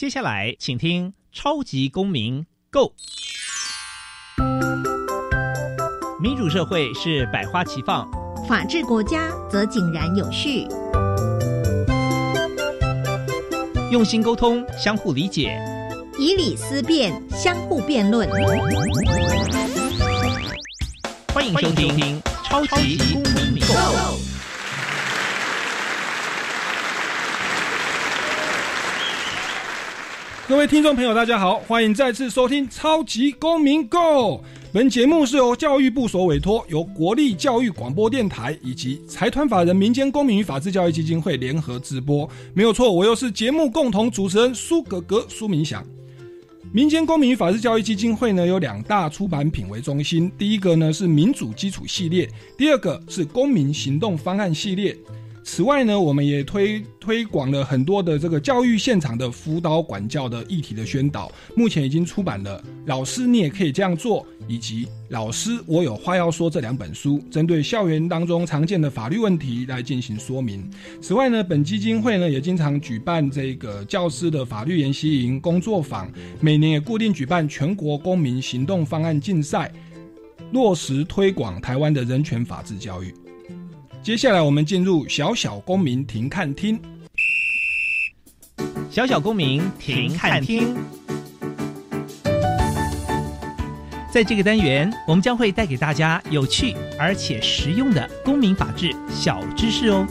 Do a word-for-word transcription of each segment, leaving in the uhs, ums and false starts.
接下来请听超级公民 Go。 民主社会是百花齐放， 法治国家则井然有序。 用心沟通，相互理解， 以理思辨，相互辩论。 欢迎收听超级公民 Go。 各位听众朋友大家好，欢迎再次收听超级公民 Go。 本节目是由教育部所委托，由国立教育广播电台以及财团法人民间公民与法治教育基金会联合直播。没有错，我又是节目共同主持人苏格格苏明祥。民间公民与法治教育基金会呢，有两大出版品为中心，第一个呢是民主基础系列，第二个是公民行动方案系列。此外呢，我们也推推广了很多的这个教育现场的辅导管教的议题的宣导，目前已经出版了《老师你也可以这样做》以及《老师我有话要说》这两本书，针对校园当中常见的法律问题来进行说明。此外呢，本基金会呢也经常举办这个教师的法律研习营、工作坊，每年也固定举办全国公民行动方案竞赛，落实推广台湾的人权法治教育。接下来我们进入小小公民停看听。 小小公民停看听。在这个单元，我们将会带给大家有趣而且实用的公民法治小知识哦。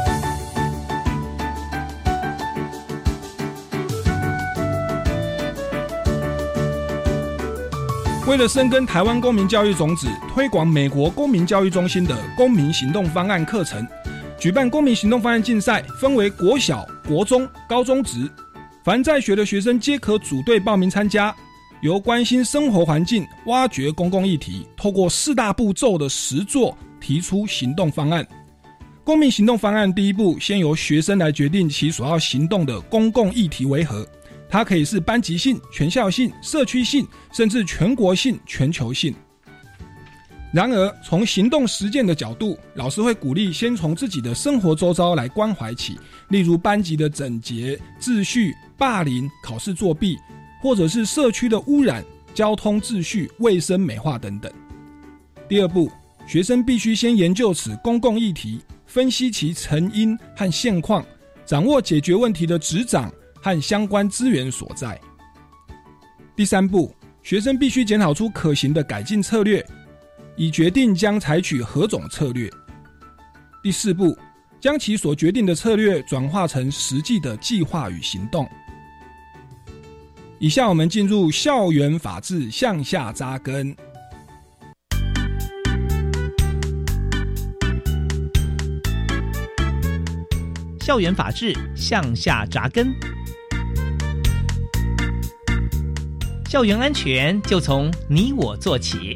为了深耕台湾公民教育种子，推广美国公民教育中心的公民行动方案课程，举办公民行动方案竞赛，分为国小、国中、高中职，凡在学的学生皆可组队报名参加。由关心生活环境、挖掘公共议题，透过四大步骤的实作，提出行动方案。公民行动方案第一步，先由学生来决定其所要行动的公共议题为何。它可以是班级性、全校性、社区性，甚至全国性、全球性。然而，从行动实践的角度，老师会鼓励先从自己的生活周遭来关怀起，例如班级的整洁、秩序、霸凌、考试作弊，或者是社区的污染、交通秩序、卫生美化等等。第二步，学生必须先研究此公共议题，分析其成因和现况，掌握解决问题的执掌和相关资源所在。第三步，学生必须检讨出可行的改进策略，以决定将采取何种策略。第四步，将其所决定的策略转化成实际的计划与行动。以下我们进入校园法治向下扎根。 校园法治向下扎根。校园安全就从你我做起。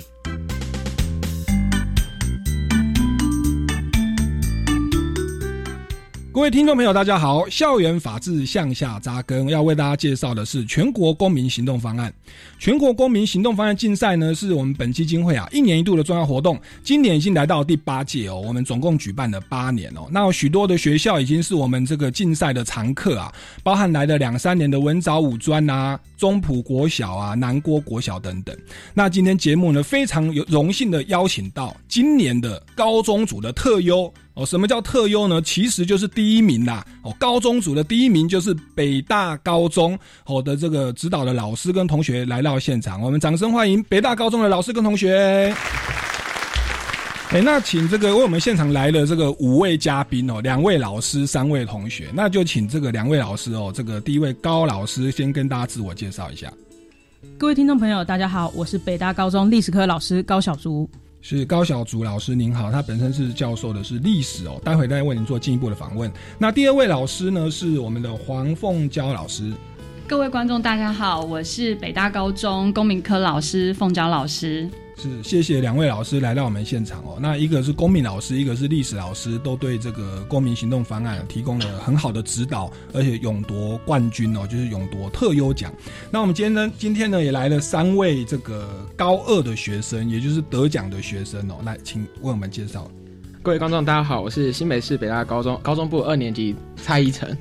各位听众朋友大家好，校园法治向下扎根，要为大家介绍的是全国公民行动方案。全国公民行动方案竞赛呢，是我们本基金会啊一年一度的重要活动，今年已经来到第八届哦，我们总共举办了八年哦。那有许多的学校已经是我们这个竞赛的常客啊，包含来了两三年的文藻五专啊、中埔国小啊、南郭国小等等。那今天节目呢，非常有荣幸的邀请到今年的高中组的特优。哦，什么叫特优呢？其实就是第一名啦。哦，高中组的第一名就是北大高中哦的这个指导的老师跟同学来到现场，我们掌声欢迎北大高中的老师跟同学。哎，那请这个为我们现场来了这个五位嘉宾哦，两位老师，三位同学，那就请这个两位老师哦，这个第一位高老师先跟大家自我介绍一下。 各位听众朋友，大家好，我是北大高中历史科老师高小竹。 是高小竹老师您好，他本身是教授的是历史哦，待会再为您做进一步的访问。那第二位老师呢是我们的黄凤娇老师。 各位观众大家好，我是北大高中公民科老师凤娇老师。 是，谢谢两位老师来到我们现场哦。那一个是公民老师，一个是历史老师，都对这个公民行动方案提供了很好的指导，而且勇夺冠军哦，就是勇夺特优奖。那我们今天呢，今天呢也来了三位这个高二的学生，也就是得奖的学生哦。那请为我们介绍。 各位观众大家好，我是新北市北大高中高中部二年级蔡依晨。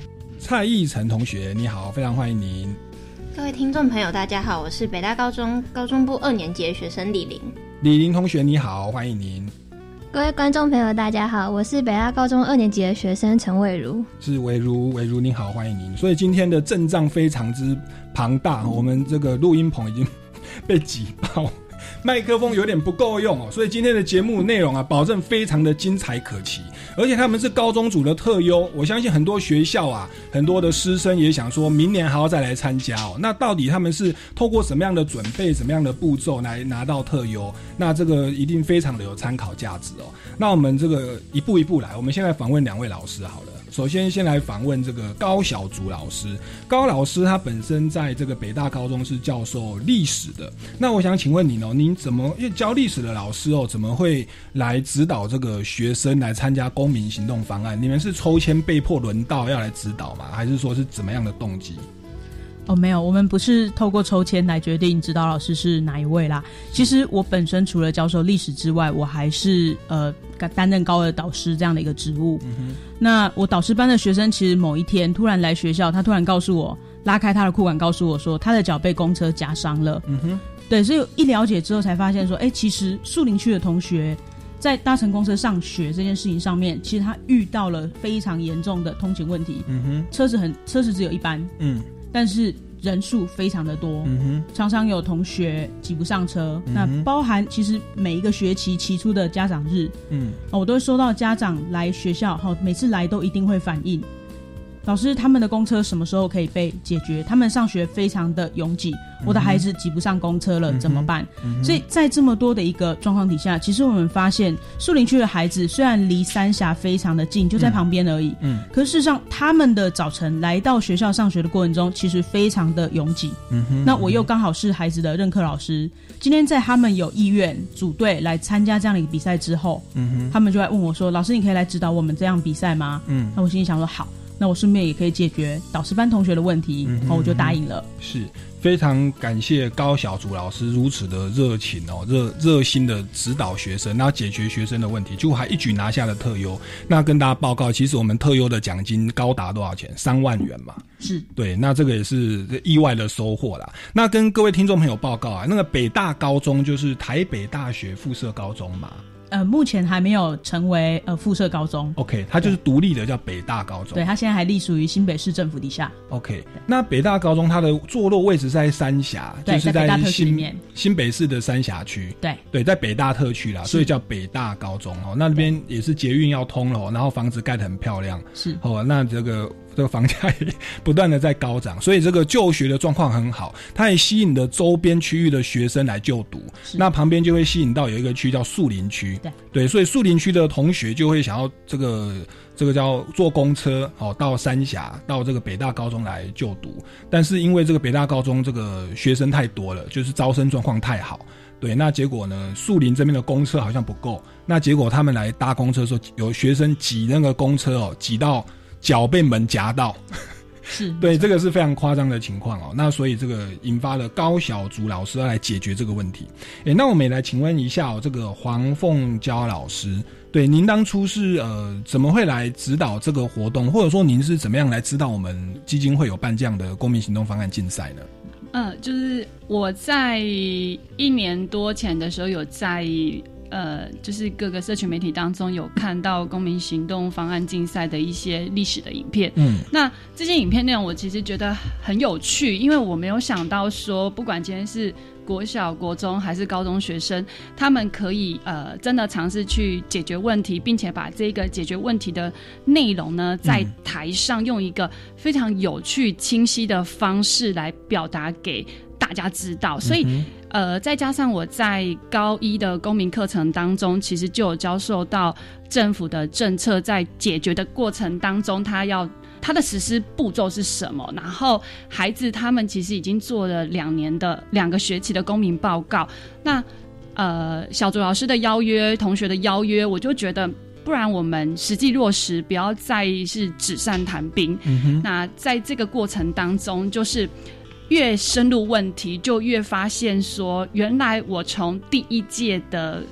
蔡义成同学，你好，非常欢迎您。 各位听众朋友大家好，我是北大高中高中部二年级的学生李玲。 李玲同学你好，欢迎您。 各位观众朋友大家好，我是北大高中二年级的学生陈伟如。 是伟如，伟如你好，欢迎您。所以今天的阵仗非常之庞大，我们这个录音棚已经被挤爆，麦克风有点不够用哦，所以今天的节目内容啊，保证非常的精彩可期。而且他们是高中组的特优，我相信很多学校啊，很多的师生也想说明年还要再来参加哦。那到底他们是透过什么样的准备，什么样的步骤来拿到特优？那这个一定非常的有参考价值哦。那我们这个一步一步来，我们现在访问两位老师好了。首先先来访问这个高小竹老师。高老师他本身在这个北大高中是教授历史的，那我想请问您哦，您怎么因为教历史的老师哦，怎么会来指导这个学生来参加公民行动方案？你们是抽签被迫轮到要来指导吗？还是说是怎么样的动机？ 哦，没有，我们不是透过抽签来决定指导老师是哪一位啦。其实我本身除了教授历史之外，我还是呃担任高二导师这样的一个职务。嗯、那我导师班的学生其实某一天突然来学校，他突然告诉我，拉开他的裤管告诉我说，他的脚被公车夹伤了。嗯哼，对，所以一了解之后才发现说，哎，其实树林区的同学在搭乘公车上学这件事情上面，其实他遇到了非常严重的通勤问题。嗯哼，车子很车子只有一班。嗯。但是人数非常的多，嗯哼，常常有同学挤不上车，嗯、那包含其实每一个学期期初的家长日，嗯，哦、我都会收到家长来学校，好，每次来都一定会反映，老师他们的公车什么时候可以被解决？他们上学非常的拥挤，我的孩子挤不上公车了，嗯、怎么办？嗯、所以在这么多的一个状况底下，其实我们发现树林区的孩子虽然离三峡非常的近，就在旁边而已，嗯，可是事实上他们的早晨来到学校上学的过程中，其实非常的拥挤。嗯哼，那我又刚好是孩子的任课老师，今天在他们有意愿组队来参加这样的一个比赛之后，嗯哼，他们就来问我说：“老师，你可以来指导我们这样比赛吗？”嗯，那我心里想说好。那我顺便也可以解决导师班同学的问题，然后、嗯、我就答应了。 是非常感谢高小竹老师如此的热情哦，热热心的指导学生，然后解决学生的问题，结果还一举拿下了特优。那跟大家报告，其实我们特优的奖金高达多少钱？三万元嘛。 是对，那这个也是意外的收获啦。那跟各位听众朋友报告啊，那个北大高中就是台北大学附设高中嘛。 呃，目前还没有成为呃附设高中。 OK， 它就是独立的，叫北大高中。 对，它现在还隶属于新北市政府底下。 OK， 那北大高中它的坐落位置是在三峡，就是在新新北市的三峡区。 对对，在北大特区啦，所以叫北大高中哦。那那边也是捷运要通了、哦，然后房子盖得很漂亮。 是哦，那这个。这个房价也不断的在高涨，所以这个就学的状况很好，它也吸引了周边区域的学生来就读。那旁边就会吸引到有一个区叫树林区，对对，所以树林区的同学就会想要这个这个叫坐公车哦到三峡到这个北大高中来就读，但是因为这个北大高中这个学生太多了，就是招生状况太好。对，那结果呢？树林这边的公车好像不够，那结果他们来搭公车的时候，有学生挤那个公车哦，挤到脚被门夹到， 是对，这个是非常夸张的情况哦。那所以这个引发了高小竹老师要来解决这个问题。诶，那我们也来请问一下、哦、这个黄凤娇老师，对，您当初是呃怎么会来指导这个活动，或者说您是怎么样来知道我们基金会有办这样的公民行动方案竞赛呢？ 嗯，就是我在一年多前的时候有在。呃，就是各个社群媒体当中有看到公民行动方案竞赛的一些历史的影片，嗯，那这些影片内容我其实觉得很有趣，因为我没有想到说，不管今天是国小、国中还是高中学生，他们可以呃真的尝试去解决问题，并且把这个解决问题的内容呢，在台上用一个非常有趣、清晰的方式来表达给大家知道，所以。嗯呃，再加上我在高一的公民课程当中，其实就有教授到政府的政策在解决的过程当中，他要他的实施步骤是什么？然后孩子他们其实已经做了两年的两个学期的公民报告。那呃，小竹老师的邀约，同学的邀约，我就觉得。不然我们实际落实，不要再是纸上谈兵。嗯、那在这个过程当中，就是越深入问题，就越发现说，原来我从第一届的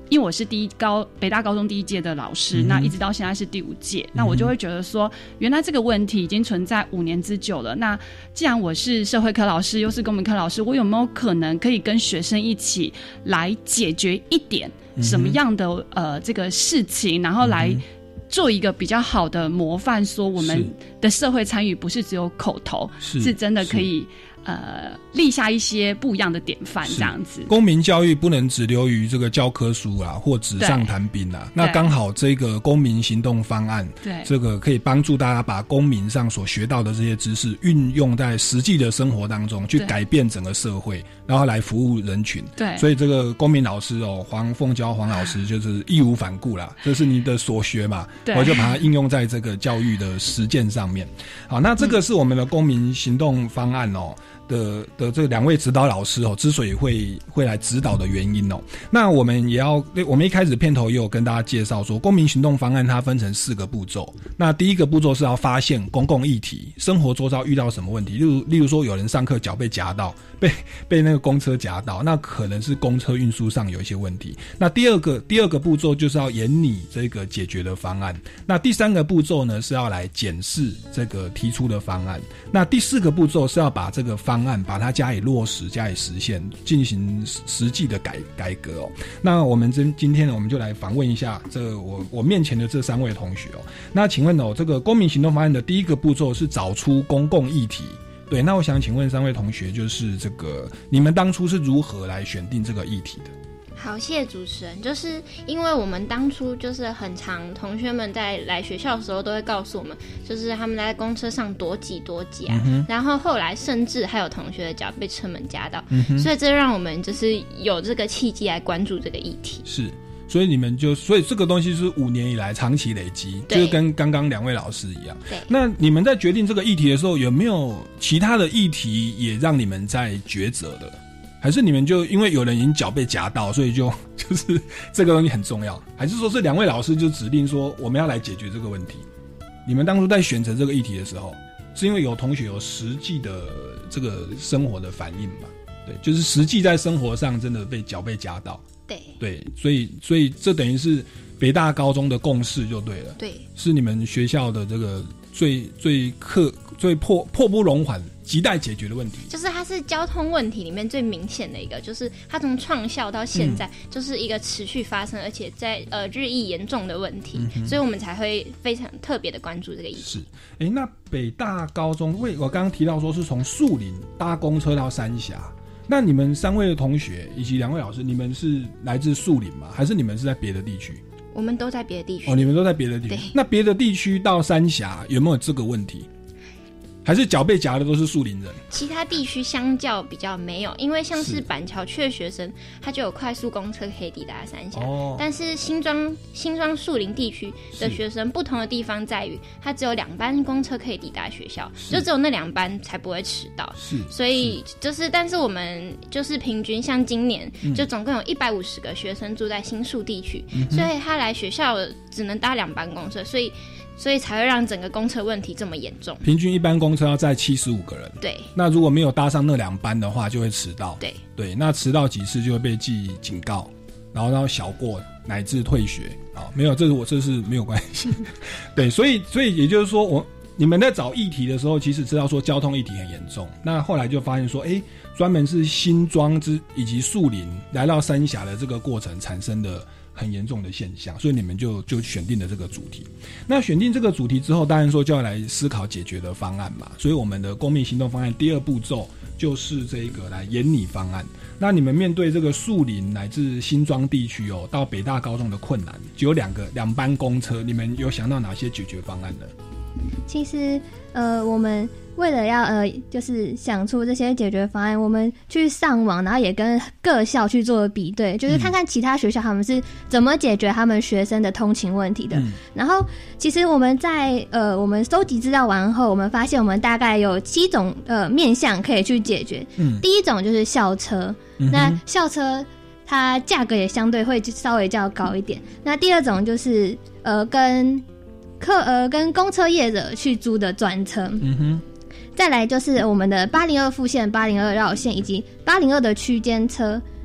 因为我是第一高北大高中第一届的老师、嗯、那一直到现在是第五届、嗯、那我就会觉得说原来这个问题已经存在五年之久了，那既然我是社会科老师又是公民科老师，我有没有可能可以跟学生一起来解决一点什么样的、嗯、呃这个事情，然后来做一个比较好的模范，说我们的社会参与不是只有口头， 是, 是真的可以呃立下一些不一样的典范，这样子。 公民教育不能只流于这个教科书啊或纸上谈兵啊，那刚好这个公民行动方案，对，这个可以帮助大家把公民上所学到的这些知识运用在实际的生活当中，去改变整个社会，然后来服务人群。对，所以这个公民老师哦，黄凤娇黄老师就是义无反顾啦，这是你的所学嘛，我就把它应用在这个教育的实践上面。好，那这个是我们的公民行动方案哦。的的这两位指导老师哦，之所以会会来指导的原因哦，那我们也要，我们一开始片头也有跟大家介绍说，公民行动方案它分成四个步骤。那第一个步骤是要发现公共议题，生活周遭遇到什么问题，例如例如说有人上课脚被夹到，被被那个公车夹到，那可能是公车运输上有一些问题。那第二个第二个步骤就是要研拟这个解决的方案。那第三个步骤呢是要来检视这个提出的方案。那第四个步骤是要把这个方案方案把它加以落实加以实现，进行实际的改改革哦。那我们今今天呢，我们就来访问一下这个我我面前的这三位同学哦。那请问哦，这个公民行动方案的第一个步骤是找出公共议题，对？那我想请问三位同学，就是这个你们当初是如何来选定这个议题的？ 好，谢谢主持人。就是因为我们当初就是很常同学们在来学校的时候都会告诉我们，就是他们在公车上多挤多挤啊、嗯、然后后来甚至还有同学的脚被车门夹到、嗯、所以这让我们就是有这个契机来关注这个议题。 是，所以你们就所以这个东西是五年以来长期累积，就是跟刚刚两位老师一样。对，那你们在决定这个议题的时候，有没有其他的议题也让你们在抉择的？还是你们就因为有人已经脚被夹到，所以就就是这个东西很重要？还是说是两位老师就指定说我们要来解决这个问题？你们当初在选择这个议题的时候，是因为有同学有实际的这个生活的反应吧？对，就是实际在生活上真的被脚被夹到。对对，所以所以这等于是北大高中的共识就对了。对，是你们学校的这个最最刻最迫迫不容缓亟待解决的问题， 就是它是交通问题里面最明显的一个，就是它从创校到现在、嗯、就是一个持续发生而且在呃日益严重的问题、嗯、所以我们才会非常特别的关注这个议题。 是，哎，那北大高中，为我刚刚提到说是从树林搭公车到三峡，那你们三位的同学以及两位老师，你们是来自树林吗？还是你们是在别的地区？ 我们都在别的地区。 哦，你们都在别的地区。那别的地区到三峡有没有这个问题？还是脚被夹的都是树林人？ 其他地区相较比较没有，因为像是板桥区的学生，他就有快速公车可以抵达三峡。哦、但是新庄新庄树林地区的学生不同的地方在于，他只有两班公车可以抵达学校，就只有那两班才不会迟到。是，所以就是，但是我们就是平均，像今年、嗯、就总共有一百五十个学生住在新宿地区、嗯，所以他来学校只能搭两班公车，所以。所以才会让整个公车问题这么严重。 平均一班公车要载七十五个人。对。那如果没有搭上那两班的话，就会迟到。对。对，那迟到几次就会被记警告，然后然后小过乃至退学。好，没有，这是我这是没有关系。对，所以所以也就是说，我你们在找议题的时候，其实知道说交通议题很严重。那后来就发现说，哎，专门是新庄之以及树林来到三峡的这个过程产生的很严重的现象，所以你们就就选定了这个主题。那选定这个主题之后，当然说就要来思考解决的方案嘛。所以我们的公民行动方案第二步骤就是这个来研拟方案。那你们面对这个树林乃至新庄地区哦，到北大高中的困难，只有两个两班公车，你们有想到哪些解决方案呢？ 其实，呃，我们为了要呃，就是想出这些解决方案，我们去上网，然后也跟各校去做比对，就是看看其他学校他们是怎么解决他们学生的通勤问题的。嗯、然后，其实我们在呃，我们收集资料完后，我们发现我们大概有七种呃面向可以去解决。嗯，第一种就是校车，嗯、那校车它价格也相对会稍微较高一点。那第二种就是呃跟客呃跟公车业者去租的专车，嗯哼，再来就是我们的八零二副线、八零二绕线以及八零二的区间车，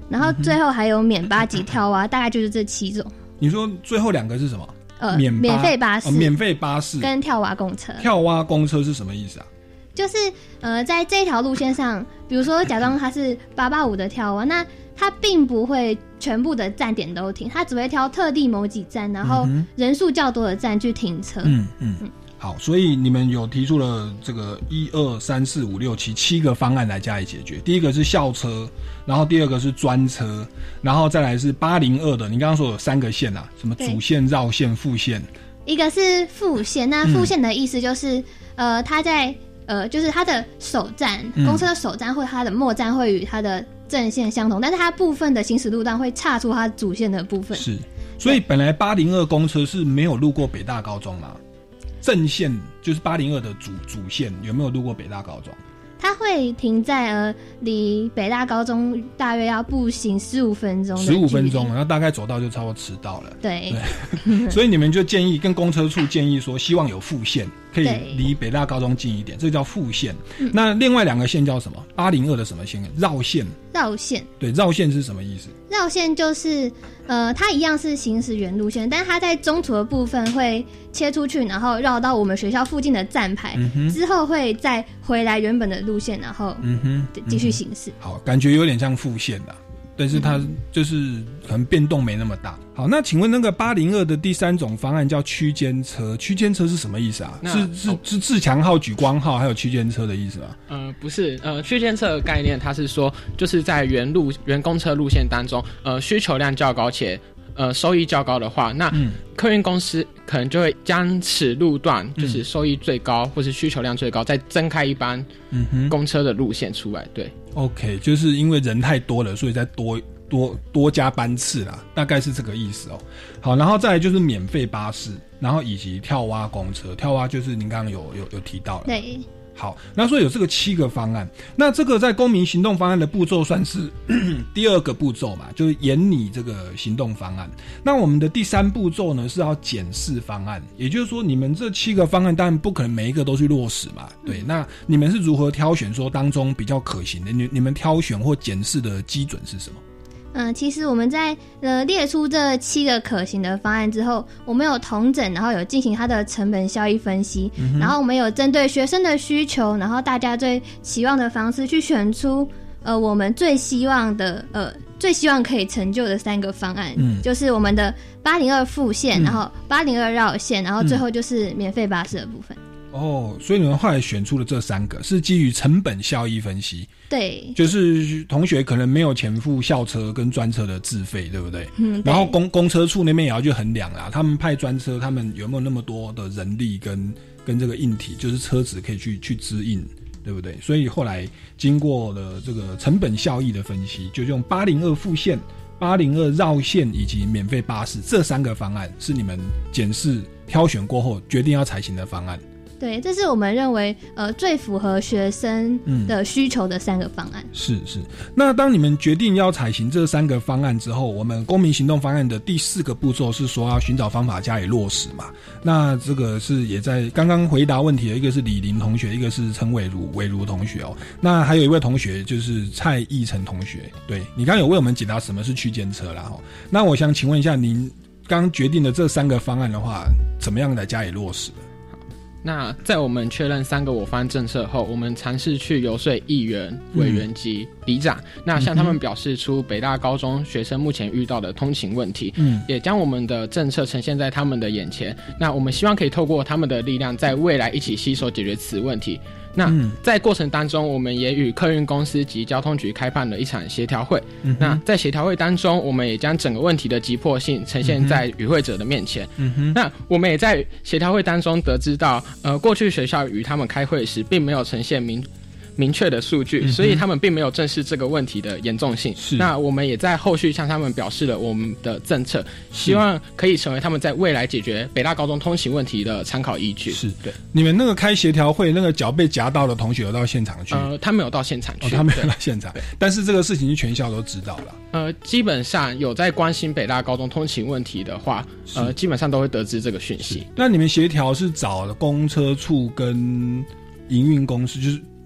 然后最后还有免巴及跳蛙，大概就是这七种。 你说最后两个是什么？ 呃， 免免费巴士、 哦，免费巴士跟跳蛙公车。 跳蛙公车是什么意思啊？ 就是呃，在这一条路线上，比如说假装它是八八五的跳蛙，那它并不会全部的站点都停，它只会挑特地某几站，然后人数较多的站去停车。 嗯嗯嗯。好，所以你们有提出了这个一二三四五六七七个方案来加以解决。第一个是校车，然后第二个是专车，然后再来是八零二的。你刚刚说有三个线啊，什么主线、绕线、副线？一个是副线，那副线的意思就是，嗯、呃，它在呃，就是它的首站，公车的首站或它的末站会与它的正线相同，但是它部分的行驶路段会岔出它主线的部分。 是，所以本来八零二公车是没有路过北大高中嘛？正线就是八零二的主主线，有没有路过北大高中？ 它会停在呃离北大高中大约要步行十五分钟的距离， 十五分钟，然后大概走到就差不多迟到了。 对， 对所以你们就建议跟公车处建议说，希望有副线可以离北大高中近一点，这个叫副线。嗯、那另外两个线叫什么？八零二的什么线？绕线。 绕线。 对，绕线是什么意思？ 绕线就是呃，它一样是行驶原路线，但是它在中途的部分会切出去，然后绕到我们学校附近的站牌，嗯、之后会再回来原本的路线，然后嗯哼继续行驶。 好，感觉有点像副线啦，但是它就是可能变动没那么大。好，那请问那个八零二的第三种方案叫区间车，区间车是什么意思啊？是是、哦、是自强号、莒光号还有区间车的意思吗？ 呃，不是，呃，区间车的概念，它是说就是在原路原公车路线当中，呃，需求量较高且呃收益较高的话，那客运公司可能就会将此路段就是收益最高、嗯、或是需求量最高，再增开一班公车的路线出来。对 ，OK， 就是因为人太多了，所以再多。多多加班次啦，大概是这个意思哦。好，然后再来就是免费巴士，然后以及跳蛙公车，跳蛙就是您刚刚有有有提到了。 对。 好，那所以有这个七个方案，那这个在公民行动方案的步骤算是第二个步骤嘛，就是研拟这个行动方案。那我们的第三步骤呢是要检视方案，也就是说你们这七个方案当然不可能每一个都去落实嘛，对，那你们是如何挑选说当中比较可行的？你你们挑选或检视的基准是什么？ 嗯，其实我们在呃列出这七个可行的方案之后，我们有统整，然后有进行它的成本效益分析，嗯、然后我们有针对学生的需求，然后大家最期望的方式去选出呃我们最希望的呃最希望可以成就的三个方案，嗯、就是我们的八零二副线，嗯、然后八零二绕线，然后最后就是免费巴士的部分。 哦，所以你们后来选出了这三个是基于成本效益分析。 对， 就是同学可能没有钱付校车跟专车的自费，对不对？嗯，对。然后公公车处那边也要去衡量啦，他们派专车，他们有没有那么多的人力跟跟这个硬体，就是车子可以去去支应，对不对？所以后来经过了这个成本效益的分析，就用八零二副线、八零二绕线以及免费巴士这三个方案是你们检视挑选过后决定要采行的方案。 对，这是我们认为呃最符合学生的需求的三个方案。嗯、 是是。那当你们决定要采行这三个方案之后，我们公民行动方案的第四个步骤是说要寻找方法加以落实嘛？那这个是也在刚刚回答问题的，一个是李林同学，一个是陈伟如伟如同学哦。那还有一位同学就是蔡义成同学，对你刚刚有为我们解答什么是区间车啦哈。那我想请问一下，您刚决定的这三个方案的话，怎么样来加以落实？ 那在我们确认三个我方政策后，我们尝试去游说议员、委员及里长，嗯、那向他们表示出北大高中学生目前遇到的通勤问题，嗯，也将我们的政策呈现在他们的眼前。那我们希望可以透过他们的力量，在未来一起携手解决此问题。那在过程当中，我们也与客运公司及交通局开办了一场协调会。嗯、那在协调会当中，我们也将整个问题的急迫性呈现在与会者的面前。嗯哼，那我们也在协调会当中得知到，呃，过去学校与他们开会时，并没有呈现明明确的数据，嗯、所以他们并没有正视这个问题的严重性。是，那我们也在后续向他们表示了我们的政策，希望可以成为他们在未来解决北大高中通勤问题的参考依据。 是，对。你们那个开协调会，那个脚被夹到的同学有到现场去？ 呃，他没有到现场去， 哦、他没有到现场。但是这个事情是全校都知道了。 呃，基本上有在关心北大高中通勤问题的话，呃，基本上都会得知这个讯息。 那你们协调是找公车处跟营运公司，就是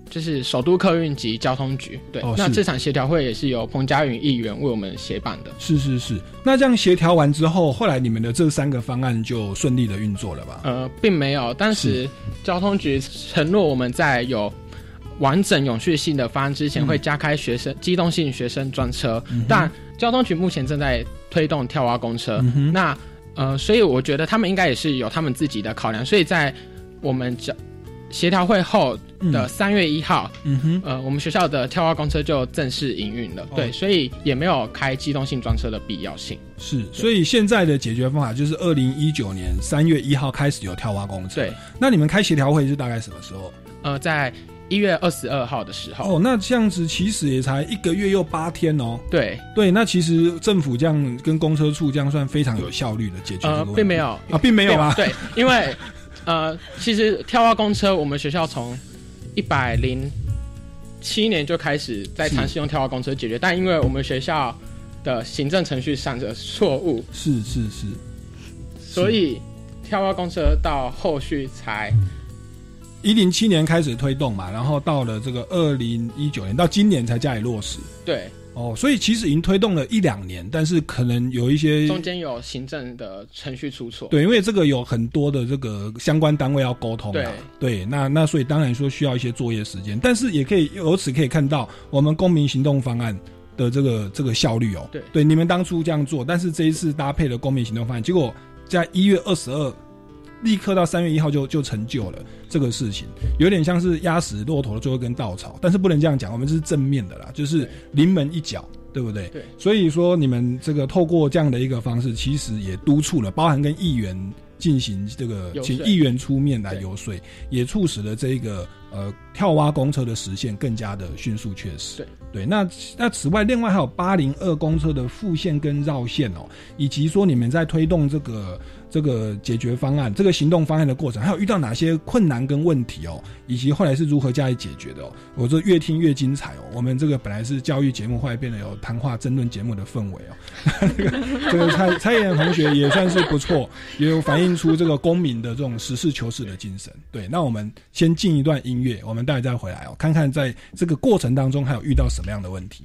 就是首都客运及交通局。对，哦、那这场协调会也是由彭佳云议员为我们协办的。 是是是。那这样协调完之后，后来你们的这三个方案就顺利的运作了吧？ 呃，并没有。当时交通局承诺我们在有完整永续性的方案之前，会加开学生、嗯、机动性学生专车，嗯、但交通局目前正在推动跳蛙公车。嗯、那呃，所以我觉得他们应该也是有他们自己的考量，所以在我们协调会后的三月一号，嗯哼，呃，我们学校的跳蛙公车就正式营运了。哦、对，所以也没有开机动性专车的必要性。 是，所以现在的解决方法就是二零一九年三月一号开始有跳蛙公车。 对， 那你们开协调会是大概什么时候？ 呃，在一月二十二号的时候。 哦，那这样子其实也才一个月又八天哦。 对对，那其实政府这样跟公车处这样算非常有效率的解决这个问题。 呃，并没有啊，并没有啊。 对，因为呃，其实跳蛙公车我们学校从一百零七年就开始在尝试用跳蛙公车解决，但因为我们学校的行政程序上的错误， 是是是， 所以跳蛙公车到后续才。 一零七年开始推动嘛，然后到了这个二零一九年到今年才加以落实。 对， 哦，所以其实已经推动了一两年，但是可能有一些中间有行政的程序出错。 对，因为这个有很多的这个相关单位要沟通啊。对，对，那那所以当然说需要一些作业时间，但是也可以由此可以看到我们公民行动方案的这个这个效率哦。 对， 对，你们当初这样做，但是这一次搭配了公民行动方案，结果在一月二十二。立刻到三月一号就就成就了这个事情，有点像是压死骆驼的最后一根稻草，但是不能这样讲，我们是正面的啦，就是临门一脚，对不对？ 对。 所以说你们这个透过这样的一个方式，其实也督促了，包含跟议员进行这个，请议员出面来游说，也促使了这个呃跳蛙公车的实现更加的迅速确实。 对。 对，那那此外，另外还有八零二公车的复线跟绕线哦，以及说你们在推动这个这个解决方案、这个行动方案的过程，还有遇到哪些困难跟问题哦，以及后来是如何加以解决的哦。我这越听越精彩哦。我们这个本来是教育节目，后来变得有谈话争论节目的氛围哦。这个这个蔡蔡妍同学也算是不错，也有反映出这个公民的这种实事求是的精神。对，那我们先进一段音乐，我们待会再回来哦，看看在这个过程当中还有遇到什么样的问题。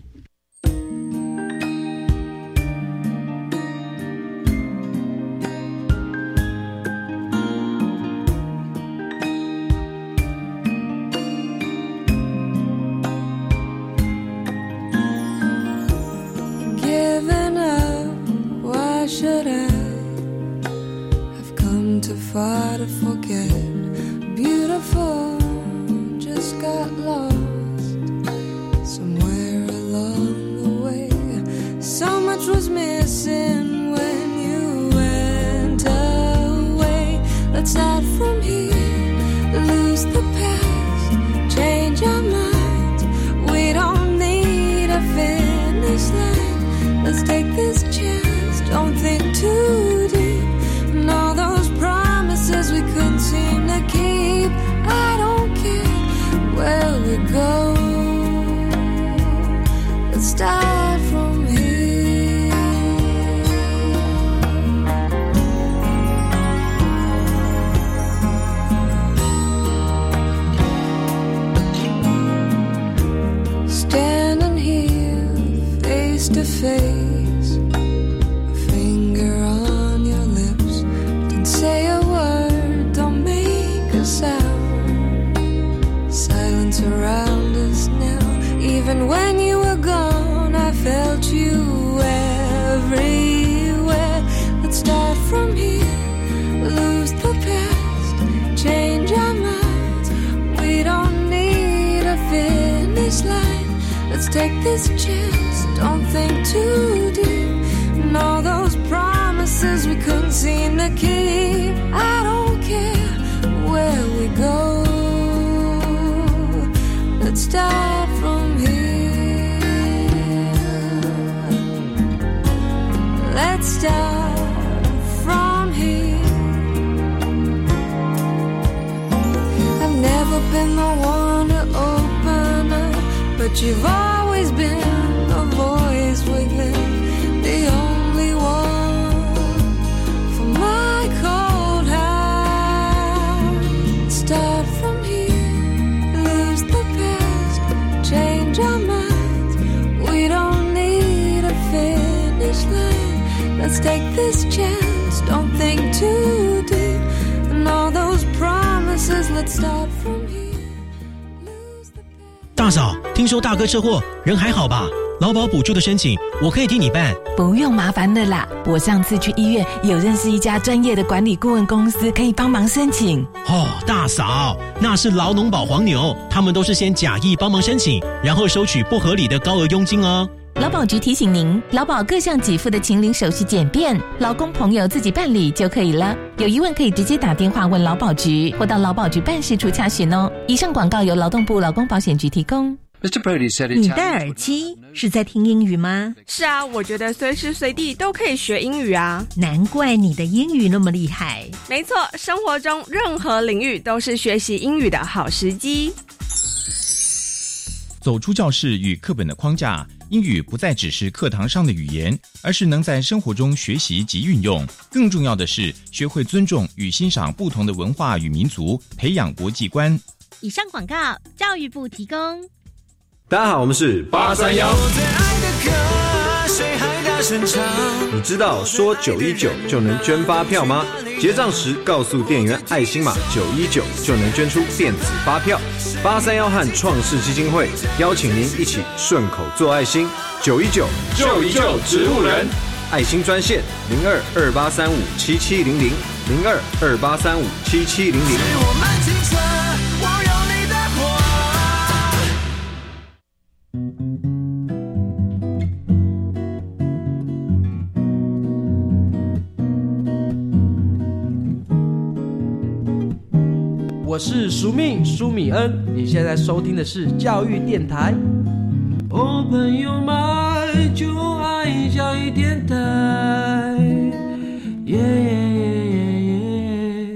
Should I have come too far to forget? Beautiful, just got lost somewhere along the way. So much was missing when you went away. Let's start from here, lose the past, change our minds. We don't need a finish line. Let's take this chance.Don't think too deep. And all those promises we couldn't seem to keep. I don't care where we go. Let's start from here. Standing here face to face.Say a word, don't make a sound. Silence around us now. Even when you were gone, I felt you everywhere. Let's start from here, lose the past, change our minds. We don't need a finish line. Let's take this chance, don't think too deep. And all those promises we couldn't seem to keep. I don't care where we go. Let's start from here. Let's start from here. I've never been the one to open up, but you've always been a voice within.The only one for my cold heart. Start from here, lose the past. change our minds. We don't need a finish line. Let's take this chance, don't think too deep. And all those promises, let's start from here. 大嫂，听说大哥车祸，人还好吧？劳保补助的申请，我可以替你办。 不用麻烦了啦，我上次去医院有认识一家专业的管理顾问公司，可以帮忙申请。 哦，大嫂，那是劳农保黄牛，他们都是先假意帮忙申请，然后收取不合理的高额佣金哦。 劳保局提醒您，劳保各项给付的请领手续简便，劳工朋友自己办理就可以了。有疑问可以直接打电话问劳保局，或到劳保局办事处查询哦。以上广告由劳动部劳工保险局提供。 你戴耳机是在听英语吗？ 是啊，我觉得随时随地都可以学英语啊。 难怪你的英语那么厉害。 没错，生活中任何领域都是学习英语的好时机。 走出教室与课本的框架，英语不再只是课堂上的语言，而是能在生活中学习及运用。更重要的是，学会尊重与欣赏不同的文化与民族，培养国际观。 以上广告，教育部提供。 大家好，我们是八三幺。你知道说九一九就能捐发票吗？结账时告诉店员爱心码九一九就能捐出电子发票。八三幺和创世基金会邀请您一起顺口做爱心，九一九救一救植物人。 爱心专线零二二八三五七七零零零二二八三五七七零零。 我是苏命苏米恩，你现在收听的是教育电台。Open your mind， 就爱教育电台。耶耶耶耶耶。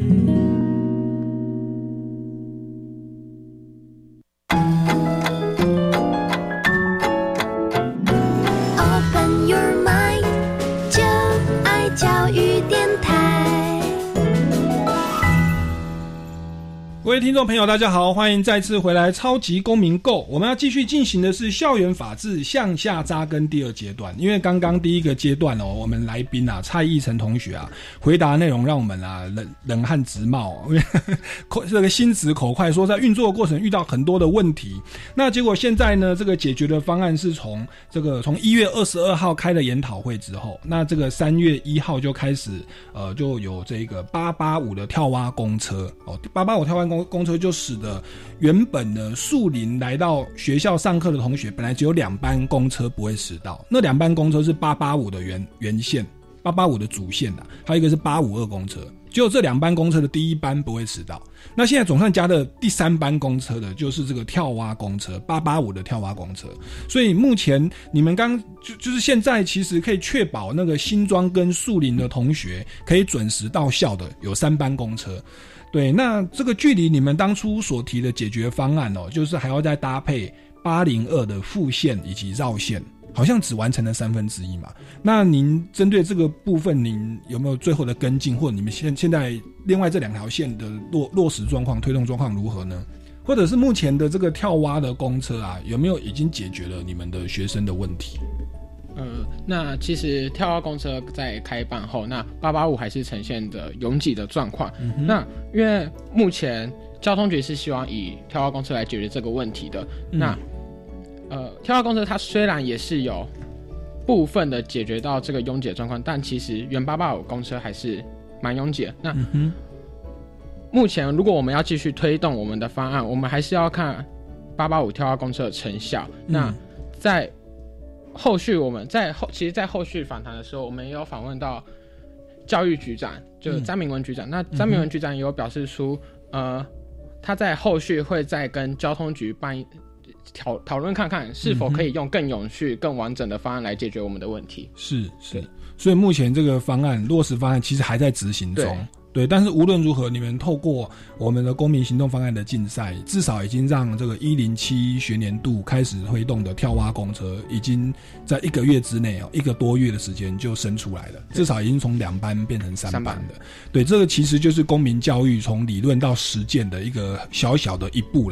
Open your mind， 就爱教育电台。 各位听众朋友大家好，欢迎再次回来超级公民购。我们要继续进行的是校园法治向下扎根第二阶段。因为刚刚第一个阶段哦，我们来宾啊蔡义成同学啊回答内容让我们啊冷冷汗直冒，因为口这个心直口快，说在运作的过程遇到很多的问题。那结果现在呢，这个解决的方案是从这个从一月二十二号开了研讨会之后，那这个三月一号就开始呃就有这个八八五的跳蛙公车哦，八八五跳蛙公公车就使得原本呢树林来到学校上课的同学，本来只有两班公车不会迟到，那两班公车是八八五的原原线，八八五的主线啊，还有一个是八五二公车，只有这两班公车的第一班不会迟到。那现在总算加的第三班公车的就是这个跳蛙公车，八八五的跳蛙公车。所以目前你们刚就就是现在其实可以确保那个新庄跟树林的同学可以准时到校的有三班公车。对，那这个距离你们当初所提的解决方案哦，就是还要再搭配八零二的副线以及绕线，好像只完成了三分之一嘛。那您针对这个部分，您有没有最后的跟进，或者你们现现在另外这两条线的落落实状况、推动状况如何呢？或者是目前的这个跳蛙的公车啊，有没有已经解决了你们的学生的问题？ 呃，那其实跳蛙公车在开办后，那八八五还是呈现着拥挤的状况。嗯、那因为目前交通局是希望以跳蛙公车来解决这个问题的。嗯、那呃，跳蛙公车它虽然也是有部分的解决到这个拥挤的状况，但其实原八八五公车还是蛮拥挤的。那、嗯、目前如果我们要继续推动我们的方案，我们还是要看八八五跳蛙公车的成效。嗯、那在后续我们在后，其实，在后续访谈的时候，我们也有访问到教育局长，就是詹明文局长。嗯、那詹明文局长也有表示出，嗯、呃，他在后续会再跟交通局办讨讨论看看，是否可以用更永续、更完整的方案来解决我们的问题。 是是，所以目前这个方案落实方案其实还在执行中。对，但是无论如何，你们透过我们的公民行动方案的竞赛，至少已经让这个一零七学年度开始推动的跳蛙公车，已经在一个月之内哦，一个多月的时间就生出来了，至少已经从两班变成三班的。对，这个其实就是公民教育从理论到实践的一个小小的一步啦。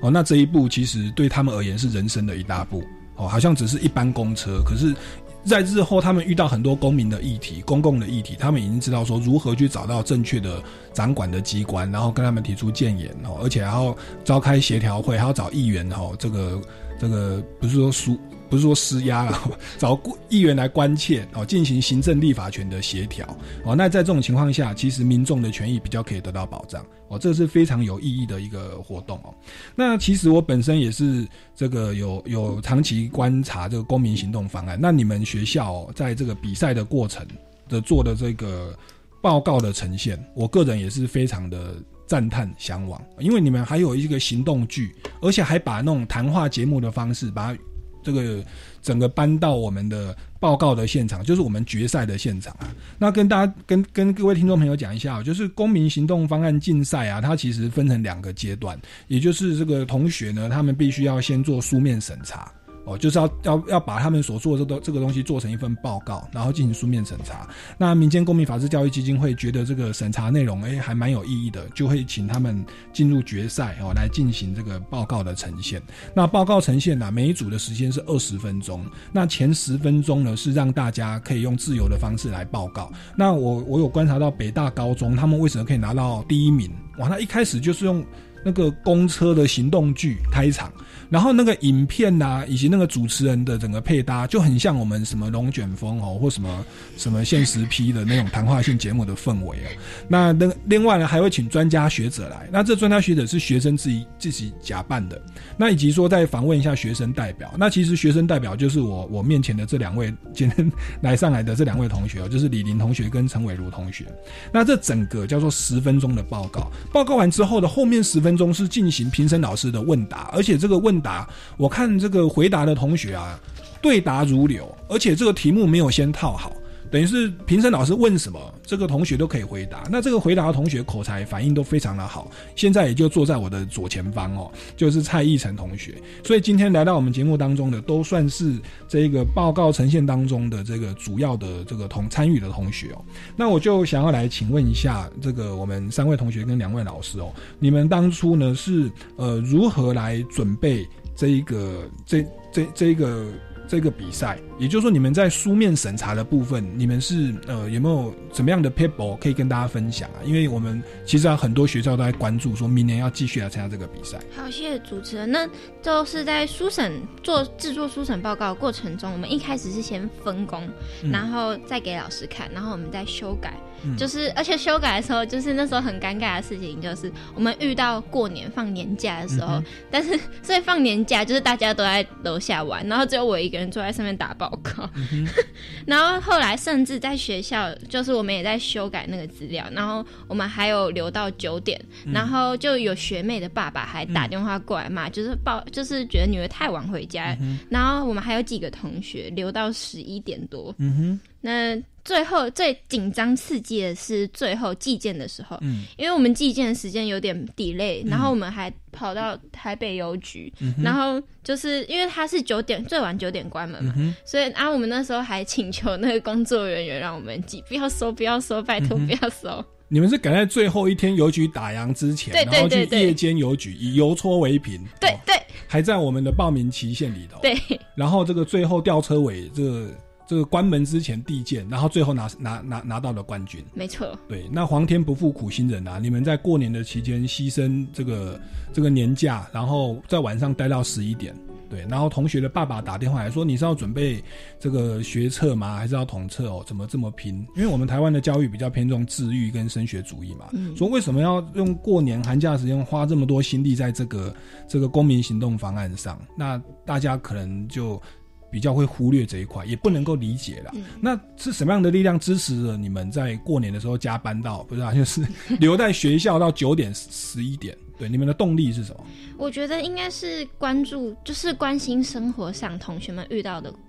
哦，那这一步其实对他们而言是人生的一大步哦，好像只是一般公车，可是在日后他们遇到很多公民的议题、公共的议题，他们已经知道说如何去找到正确的掌管的机关，然后跟他们提出建言哦，而且还要召开协调会，还要找议员哦，这个这个不是说输。不是说施压了，找议员来关切哦，进行行政立法权的协调哦。那在这种情况下，其实民众的权益比较可以得到保障哦，这是非常有意义的一个活动哦。那其实我本身也是这个有有长期观察这个公民行动方案。那你们学校哦，在这个比赛的过程的做的这个报告的呈现，我个人也是非常的赞叹向往，因为你们还有一个行动剧，而且还把那种谈话节目的方式把它这个整个搬到我们的报告的现场，就是我们决赛的现场啊。那跟大家跟跟各位听众朋友讲一下，就是公民行动方案竞赛啊，它其实分成两个阶段，也就是这个同学呢，他们必须要先做书面审查。哦，就是要要要把他们所做的这个这个东西做成一份报告，然后进行书面审查。那民间公民法治教育基金会觉得这个审查内容哎还蛮有意义的，就会请他们进入决赛哦，来进行这个报告的呈现。那报告呈现啊，每一组的时间是二十分钟。那前十分钟呢是让大家可以用自由的方式来报告。那我我有观察到北大高中他们为什么可以拿到第一名？哇，他一开始就是用那个公车的行动剧开场，然后那个影片啊，以及那个主持人的整个配搭，就很像我们什么龙卷风哦，或什么什么限时批的那种谈话性节目的氛围啊。那那另外呢，还会请专家学者来，那这专家学者是学生自己自己假扮的，那以及说再访问一下学生代表。那其实学生代表就是我我面前的这两位今天来上来的这两位同学哦，就是李林同学跟陈伟如同学。那这整个叫做十分钟的报告，报告完之后的后面十分钟是进行评审老师的问答，而且这个问答我看这个回答的同学啊，对答如流，而且这个题目没有先套好，等于是评审老师问什么这个同学都可以回答。那这个回答的同学口才反应都非常的好，现在也就坐在我的左前方哦，就是蔡义成同学。所以今天来到我们节目当中的都算是这个报告呈现当中的这个主要的这个同参与的同学哦。那我就想要来请问一下这个我们三位同学跟两位老师哦，你们当初呢是呃如何来准备这一个这这这一个这个比赛？也就是说你们在书面审查的部分，你们是呃有没有怎么样的 paper 可以跟大家分享啊？因为我们其实很多学校都在关注说明年要继续来参加这个比赛。 好，谢谢主持人。那就是在书审做制作书审报告的过程中，我们一开始是先分工，嗯、然后再给老师看，然后我们再修改。嗯、就是而且修改的时候，就是那时候很尴尬的事情，就是我们遇到过年放年假的时候，嗯、但是所以放年假就是大家都在楼下玩，然后只有我一个人坐在上面打报告。嗯、然后后来甚至在学校，就是我们也在修改那个资料，然后我们还有留到九点，嗯、然后就有学妹的爸爸还打电话过来骂，嗯、就是报就是觉得女儿太晚回家，嗯、然后我们还有几个同学留到十一点多。嗯哼，那最后最紧张刺激的是最后寄件的时候，嗯，因为我们寄件的时间有点 delay，嗯、然后我们还跑到台北邮局，嗯、然后就是因为它是九点最晚九点关门嘛，嗯、所以啊我们那时候还请求那个工作人员让我们寄，不要收不要收，拜托不要收。嗯、 你们是赶在最后一天邮局打烊之前， 对对对对， 然后去夜间邮局以邮戳为凭， 对对，哦， 还在我们的报名期限里头， 对， 然后这个最后吊车尾这个。这个关门之前递件，然后最后拿拿拿拿到了冠军。 没错， 对，那皇天不负苦心人啊！你们在过年的期间牺牲这个这个年假，然后在晚上待到十一点，对，然后同学的爸爸打电话来说，你是要准备这个学测吗？还是要统测哦？怎么这么拼？因为我们台湾的教育比较偏重智育跟升学主义嘛，嗯，说为什么要用过年寒假的时间花这么多心力在这个这个公民行动方案上？那大家可能就比较会忽略这一块，也不能够理解啦。嗯、那是什么样的力量支持了你们在过年的时候加班到不是啊，就是留在学校到九点十一点？对，你们的动力是什么？ 我觉得应该是关注，就是关心生活上同学们遇到的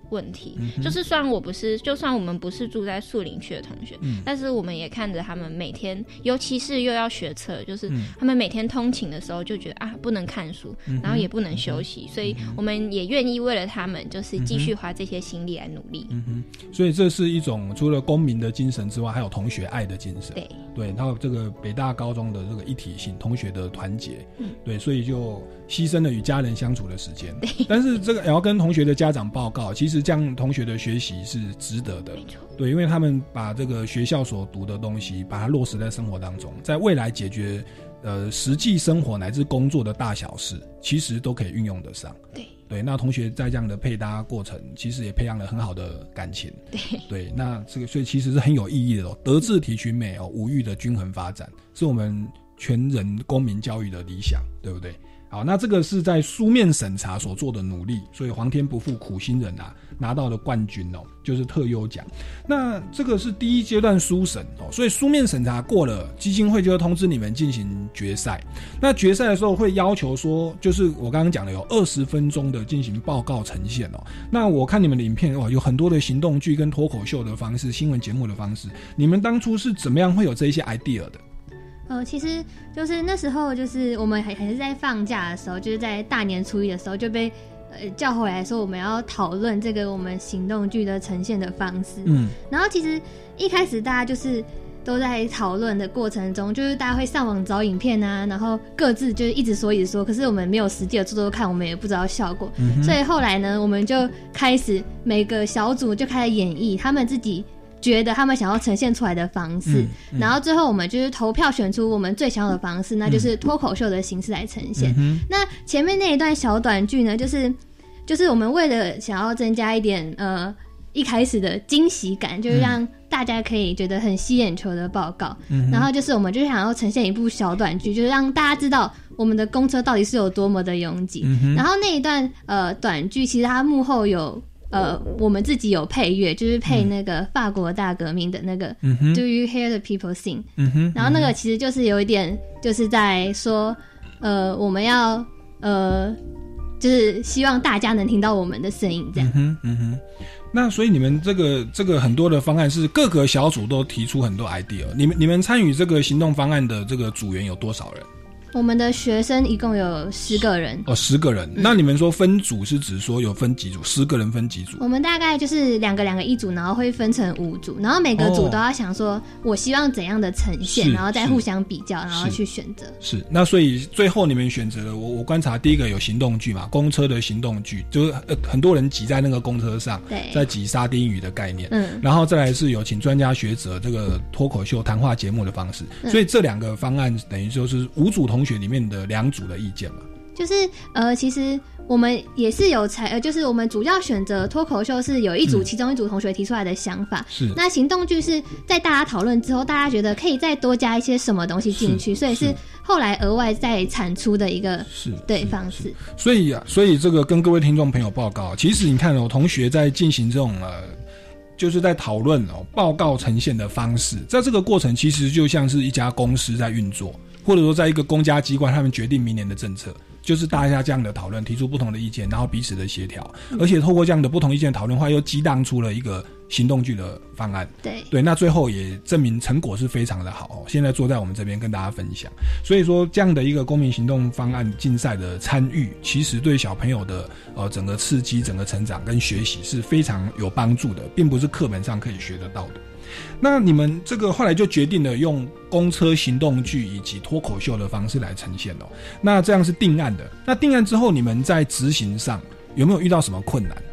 问题。 嗯、 就是虽然我不是，就算我们不是住在树林区的同学，嗯、但是我们也看着他们每天，尤其是又要学测，就是他们每天通勤的时候就觉得啊，不能看书， 嗯、 然后也不能休息，所以我们也愿意为了他们，就是继续花这些心力来努力。 嗯哼，所以这是一种除了公民的精神之外，还有同学爱的精神。 对对，还有这个北大高中的这个一体性，同学的团结。嗯，对，所以就牺牲了与家人相处的时间。但是这个也要跟同学的家长报告，其实这样同学的学习是值得的。 没错， 对，因为他们把这个学校所读的东西，把它落实在生活当中，在未来解决呃实际生活乃至工作的大小事，其实都可以运用得上。 对对，那同学在这样的配搭过程，其实也培养了很好的感情。 对对，那这个所以其实是很有意义的哦。德智体群美哦，五育的均衡发展，是我们全人公民教育的理想，对不对？好，那这个是在书面审查所做的努力，所以皇天不负苦心人啊，拿到了冠军哦，就是特优奖。那这个是第一阶段书审哦，所以书面审查过了，基金会就会通知你们进行决赛。那决赛的时候会要求说，就是我刚刚讲的有二十分钟的进行报告呈现哦。那我看你们的影片哦，有很多的行动剧跟脱口秀的方式、新闻节目的方式，你们当初是怎么样会有这一些 idea 的？ 呃，其实就是那时候，就是我们还还是在放假的时候，就是在大年初一的时候就被呃叫回来说我们要讨论这个我们行动剧的呈现的方式。嗯，然后其实一开始大家就是都在讨论的过程中，就是大家会上网找影片啊，然后各自就是一直说一直说，可是我们没有实际的做做看，我们也不知道效果。嗯、所以后来呢，我们就开始每个小组就开始演绎他们自己觉得他们想要呈现出来的方式，嗯嗯、然后最后我们就是投票选出我们最想要的方式，那就是脱口秀的形式来呈现。嗯、那前面那一段小短剧呢，就是就是我们为了想要增加一点呃一开始的惊喜感，就是让大家可以觉得很吸眼球的报告。嗯、然后就是我们就想要呈现一部小短剧，就是让大家知道我们的公车到底是有多么的拥挤。嗯、然后那一段呃短剧，其实它幕后有。呃，我们自己有配乐，就是配那个法国大革命的那个、嗯、Do You Hear the People Sing？、嗯哼、然后那个其实就是有一点，就是在说，呃，我们要呃，就是希望大家能听到我们的声音，这样。 嗯哼，嗯哼。那所以你们这个这个很多的方案是各个小组都提出很多 idea， 你们你们参与这个行动方案的这个组员有多少人？ 我们的学生一共有十个人哦，十个人。嗯、那你们说分组是指说有分几组？十个人分几组？ 我们大概就是两个两个一组，然后会分成五组，然后每个组都要想说我希望怎样的呈现，然后再互相比较，然后去选择。 是，那所以最后你们选择了我我观察第一个有行动剧嘛，公车的行动剧，就是、呃、很多人挤在那个公车上， 对， 在挤沙丁鱼的概念。 嗯， 然后再来是有请专家学者这个脱口秀谈话节目的方式，嗯、所以这两个方案等于就是五组同学里面的两组的意见嘛， 就是呃，其实我们也是有采，呃，就是我们主要选择脱口秀是有一组，嗯、其中一组同学提出来的想法， 是那行动剧是在大家讨论之后，大家觉得可以再多加一些什么东西进去，所以是后来额外再产出的一个是对方式。 所以啊，所以这个跟各位听众朋友报告，其实你看哦，同学在进行这种呃。就是在讨论哦，报告呈现的方式，在这个过程其实就像是一家公司在运作，或者说在一个公家机关，他们决定明年的政策，就是大家这样的讨论，提出不同的意见，然后彼此的协调，而且透过这样的不同意见讨论的话，又激荡出了一个行动剧的方案。 对对，那最后也证明成果是非常的好哦。现在坐在我们这边跟大家分享，所以说这样的一个公民行动方案竞赛的参与，其实对小朋友的呃整个刺激、整个成长跟学习是非常有帮助的，并不是课本上可以学得到的。那你们这个后来就决定了用公车行动剧以及脱口秀的方式来呈现哦。那这样是定案的。那定案之后，你们在执行上有没有遇到什么困难？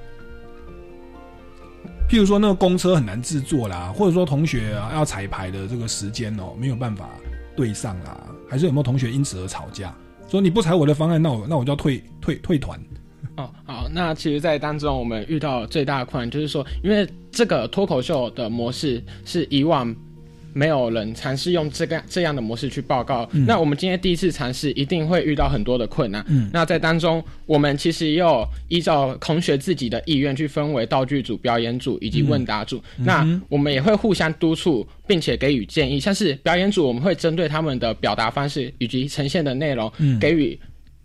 譬如说那个公车很难制作啦，或者说同学啊要彩排的这个时间哦没有办法对上啦，还是有没有同学因此而吵架，说你不采我的方案，那我那我就要退退退团？ 哦，好，那其实在当中我们遇到最大的困难就是说，因为这个脱口秀的模式是以往没有人尝试用这个这样的模式去报告、嗯、那我们今天第一次尝试一定会遇到很多的困难、嗯、那在当中我们其实也有依照同学自己的意愿去分为道具组、表演组以及问答组、嗯、那我们也会互相督促并且给予建议，像是表演组我们会针对他们的表达方式以及呈现的内容、嗯、给予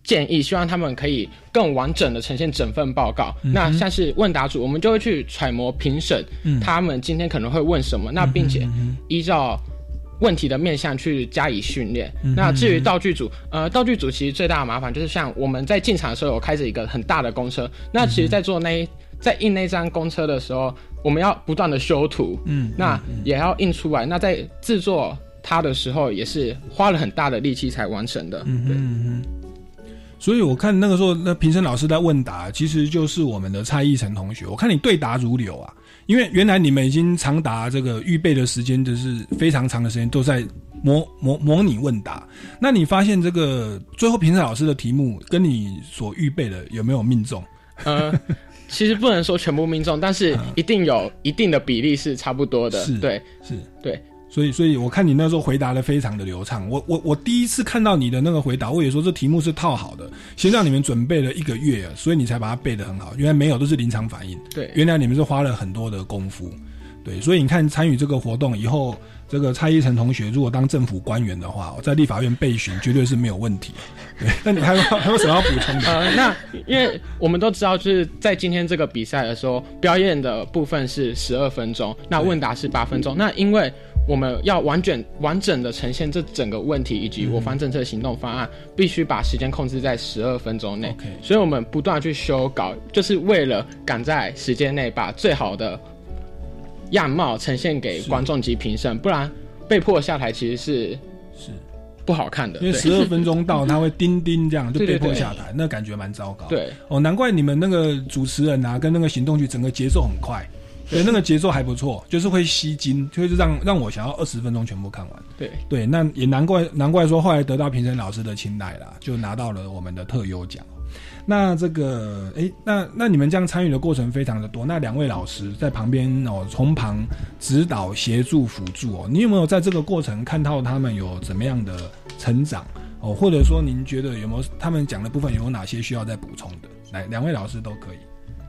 建议，希望他们可以更完整的呈现整份报告。嗯、那像是问答组，我们就会去揣摩评审、嗯、他们今天可能会问什么，那并且依照问题的面向去加以训练。嗯、那至于道具组，呃，道具组其实最大的麻烦就是像我们在进场的时候有开着一个很大的公车，那其实在做那一在印那张公车的时候，我们要不断的修图，嗯，那也要印出来。那在制作它的时候，也是花了很大的力气才完成的。嗯对。嗯所以我看那个时候，那评审老师在问答，其实就是我们的蔡义成同学。我看你对答如流啊，因为原来你们已经长达这个预备的时间，就是非常长的时间都在模模模拟问答。那你发现这个最后评审老师的题目跟你所预备的有没有命中？ 呃，其实不能说全部命中，但是一定有一定的比例是差不多的。 是， 对， 是， 对。 所以，所以我看你那时候回答的非常的流畅。我我我第一次看到你的那个回答，我也说这题目是套好的，先让你们准备了一个月，所以你才把它背得很好。原来没有，都是临场反应。 对， 原来你们是花了很多的功夫。对，所以你看参与这个活动以后，这个蔡依晨同学如果当政府官员的话，在立法院备询绝对是没有问题。对，那你还有还有什么要补充的？ 呃，那因为我们都知道，就是在今天这个比赛的时候，表演的部分是十二分钟，那问答是八分钟。那因为我们要完整完整的呈现这整个问题以及我方政策行动方案，嗯、必须把时间控制在十二分钟内。Okay. 所以我们不断去修稿，就是为了赶在时间内把最好的样貌呈现给观众及评审，不然被迫下台其实是是不好看的。 因为十二分钟到，他会叮叮这样就被迫下台，那感觉蛮糟糕。 对， 哦，难怪你们那个主持人啊，跟那个行动剧整个节奏很快。对，那个节奏还不错，就是会吸睛，就是让让我想要二十分钟全部看完。 对对，那也难怪难怪说后来得到评审老师的青睐啦，就拿到了我们的特优奖。那这个，哎，那那你们这样参与的过程非常的多，那两位老师在旁边哦，从旁指导、协助、辅助哦，你有没有在这个过程看到他们有怎么样的成长哦？或者说您觉得有没有他们讲的部分有哪些需要再补充的？来，两位老师都可以。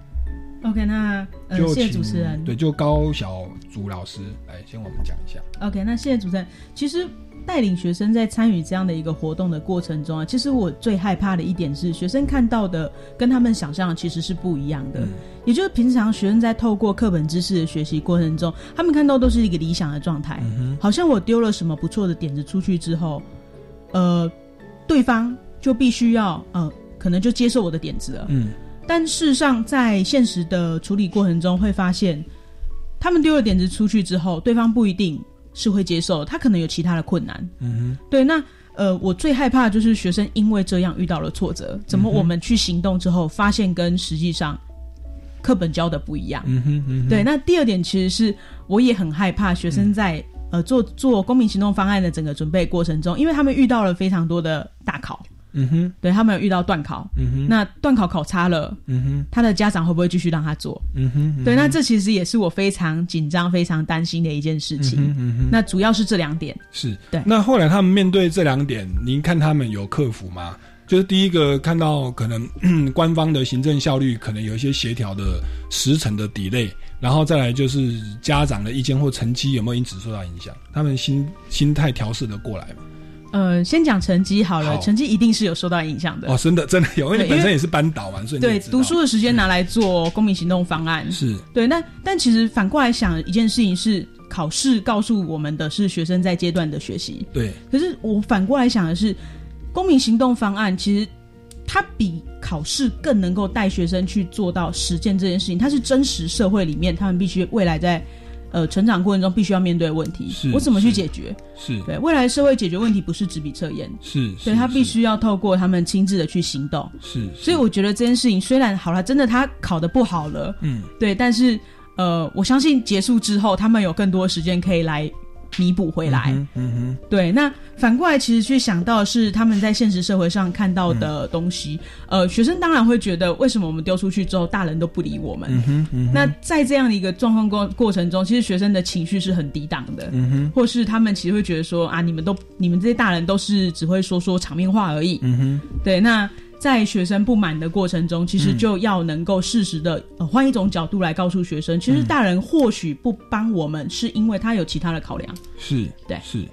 OK， 那呃，谢谢主持人。 对，就高小竹老师来先我们讲一下。 OK， 那谢谢主持人。其实带领学生在参与这样的一个活动的过程中啊，其实我最害怕的一点是，学生看到的跟他们想象的其实是不一样的。嗯、也就是平常学生在透过课本知识的学习过程中，他们看到都是一个理想的状态，嗯、好像我丢了什么不错的点子出去之后，呃，对方就必须要呃，可能就接受我的点子了。嗯。但事实上在现实的处理过程中会发现，他们丢了点子出去之后，对方不一定是会接受，他可能有其他的困难。嗯哼，对，那呃，我最害怕的就是学生因为这样遇到了挫折，怎么我们去行动之后，发现跟实际上课本教的不一样。嗯哼，嗯哼，对。那第二点其实是我也很害怕学生在、嗯、呃做做公民行动方案的整个准备过程中，因为他们遇到了非常多的大考。嗯哼，对，他们有遇到段考，嗯哼，那段考考差了，嗯哼，他的家长会不会继续让他做？嗯哼，嗯哼，对，那这其实也是我非常紧张、非常担心的一件事情。嗯哼，嗯哼，那主要是这两点。 是， 对。 那后来他们面对这两点，您看他们有克服吗？就是第一个看到可能、嗯、官方的行政效率可能有一些协调的时程的 delay， 然后再来就是家长的意见或成绩有没有因此受到影响？他们心心态调试的过来吗？ 呃，先讲成绩好了，好，成绩一定是有受到影响的。 哦，真的真的有，因为你本身也是班导嘛，所以对读书的时间拿来做公民行动方案是对。那但其实反过来想一件事情是，考试告诉我们的是学生在阶段的学习， 对。 可是我反过来想的是，公民行动方案其实它比考试更能够带学生去做到实践这件事情，它是真实社会里面他们必须未来在。呃，成长过程中必须要面对的问题，我怎么去解决？ 是对未来社会解决问题不是纸笔测验， 是， 所以他必须要透过他们亲自的去行动。 是， 所以我觉得这件事情虽然好了，真的他考得不好了，嗯，对，但是呃，我相信结束之后，他们有更多的时间可以来弥补回来。嗯 哼, 嗯哼，对。那反过来，其实去想到的是他们在现实社会上看到的东西。嗯、呃，学生当然会觉得，为什么我们丢出去之后，大人都不理我们？嗯哼嗯哼，那在这样的一个状况过过程中，其实学生的情绪是很低档的。嗯哼，或是他们其实会觉得说啊，你们都你们这些大人都是只会说说场面话而已。嗯哼，对。那在学生不满的过程中，其实就要能够适时的、呃、换一种角度来告诉学生，其实大人或许不帮我们，是因为他有其他的考量。 是， 对， 是。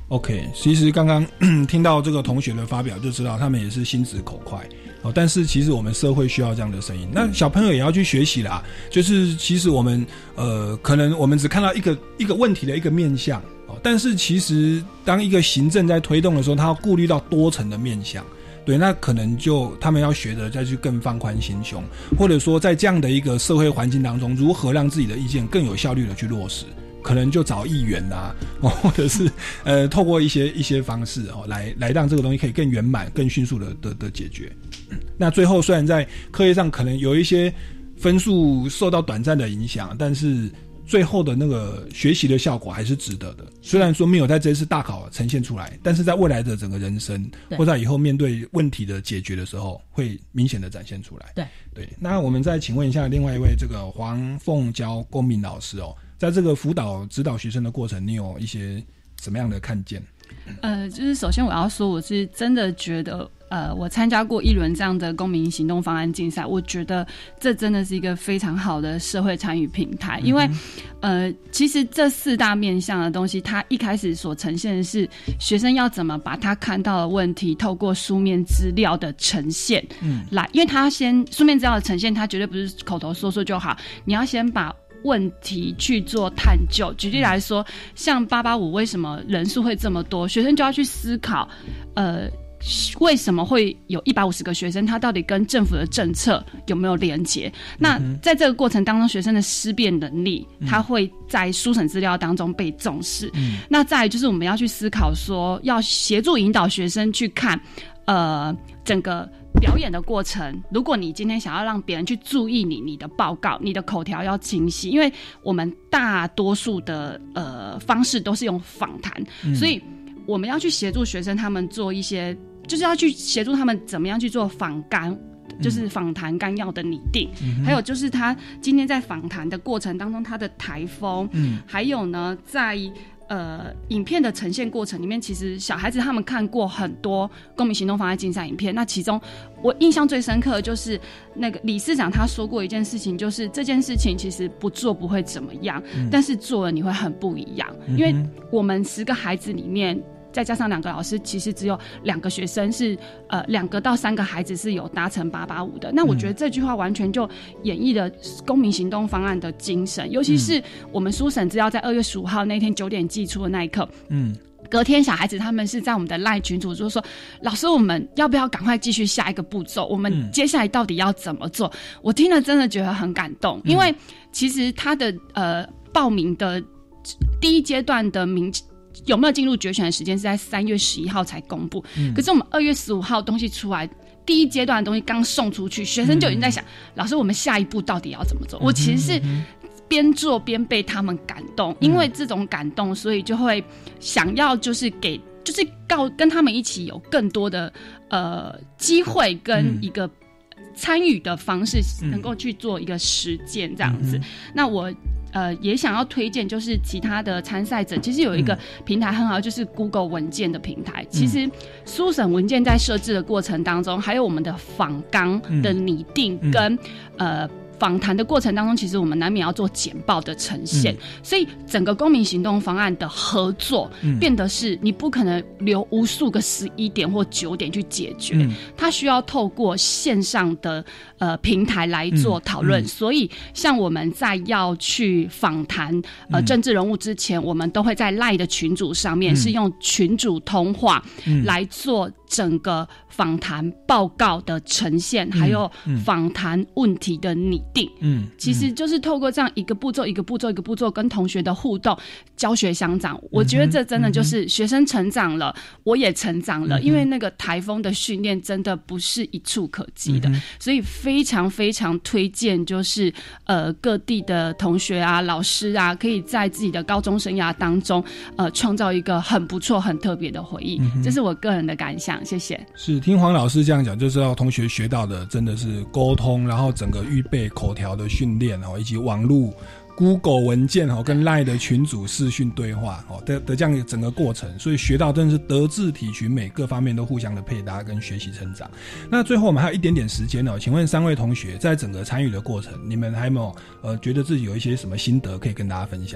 OK， 其实刚刚听到这个同学的发表就知道他们也是心直口快哦，但是其实我们社会需要这样的声音，那小朋友也要去学习啦。就是其实我们呃，可能我们只看到一个一个问题的一个面向哦，但是其实当一个行政在推动的时候，他要顾虑到多层的面向。对，那可能就他们要学的再去更放宽心胸，或者说在这样的一个社会环境当中，如何让自己的意见更有效率的去落实。可能就找议员啊，哦，或者是呃，透过一些一些方式哦，来来让这个东西可以更圆满、更迅速的的的解决。那最后虽然在课业上可能有一些分数受到短暂的影响，但是最后的那个学习的效果还是值得的。虽然说没有在这次大考呈现出来，但是在未来的整个人生，或在以后面对问题的解决的时候，会明显的展现出来。 对对，那我们再请问一下另外一位这个黄凤娇公民老师哦。在这个辅导指导学生的过程，你有一些什么样的看见？ 呃，就是首先我要说，我是真的觉得，呃，我参加过一轮这样的公民行动方案竞赛，我觉得这真的是一个非常好的社会参与平台，因为，呃，其实这四大面向的东西，它一开始所呈现的是学生要怎么把他看到的问题，透过书面资料的呈现，嗯，来，因为他先书面资料的呈现，他绝对不是口头说说就好，你要先把问题去做探究。举例来说，像八八五为什么人数会这么多，学生就要去思考，呃，为什么会有一百五十个学生，他到底跟政府的政策有没有连结？那在这个过程当中，学生的思辨能力，他会在书审资料当中被重视。嗯、那再来就是我们要去思考说，要协助引导学生去看，呃，整个表演的过程，如果你今天想要让别人去注意你，你的报告、你的口条要清晰，因为我们大多数的呃方式都是用访谈，嗯、所以我们要去协助学生他们做一些，就是要去协助他们怎么样去做访纲。就是访谈纲要的拟定，嗯、还有就是他今天在访谈的过程当中，他的台风，嗯，还有呢，在呃影片的呈现过程里面，其实小孩子他们看过很多公民行动方案竞赛影片，那其中我印象最深刻的就是那个理事长他说过一件事情，就是这件事情其实不做不会怎么样，嗯、但是做了你会很不一样，嗯、因为我们十个孩子里面。再加上两个老师，其实只有两个学生是呃两个到三个孩子是有达成八八五的。那我觉得这句话完全就演绎了公民行动方案的精神，尤其是我们书审资料在二月十五号那天九点寄出的那一刻，嗯。隔天小孩子他们是在我们的 LINE 群组就说，老师我们要不要赶快继续下一个步骤，我们接下来到底要怎么做，嗯、我听了真的觉得很感动，因为其实他的呃报名的第一阶段的名有没有进入决选的时间是在三月十一号才公布，嗯、可是我们二月十五号东西出来，第一阶段的东西刚送出去，学生就已经在想，嗯、老师我们下一步到底要怎么做，嗯、我其实是边做边被他们感动，嗯、因为这种感动所以就会想要就是给就是告跟他们一起有更多的呃机会跟一个参与的方式，嗯、能够去做一个实践这样子，嗯、那我呃，也想要推荐，就是其他的参赛者，其实有一个平台很好，就是 Google 文件的平台。其实书审文件在设置的过程当中，还有我们的访纲的拟定跟、嗯、呃访谈的过程当中，其实我们难免要做简报的呈现，嗯、所以整个公民行动方案的合作，嗯、变得是你不可能留无数个十一点或九点去解决，嗯、它需要透过线上的呃平台来做讨论，嗯嗯。所以像我们在要去访谈呃政治人物之前，嗯、我们都会在 LINE 的群组上面，嗯、是用群组通话来做整个访谈报告的呈现，嗯、还有访谈问题的拟定，嗯，其实就是透过这样一个步骤一个步骤一个步骤跟同学的互动，教学相长。我觉得这真的就是学生成长了，嗯、我也成长了，嗯、因为那个台风的训练真的不是一触可及的，嗯、所以非常非常推荐，就是呃各地的同学啊、老师啊，可以在自己的高中生涯当中，呃创造一个很不错、很特别的回忆，嗯。这是我个人的感想，谢谢。 是听黄老师这样讲，就知道同学学到的真的是沟通，然后整个预备口条的训练，以及网络 Google 文件跟 LINE 的群组视讯对话的的这样整个过程，所以学到真的是德智体群美各方面都互相的配搭跟学习成长。那最后我们还有一点点时间哦，请问三位同学在整个参与的过程，你们还有没有呃觉得自己有一些什么心得可以跟大家分享的？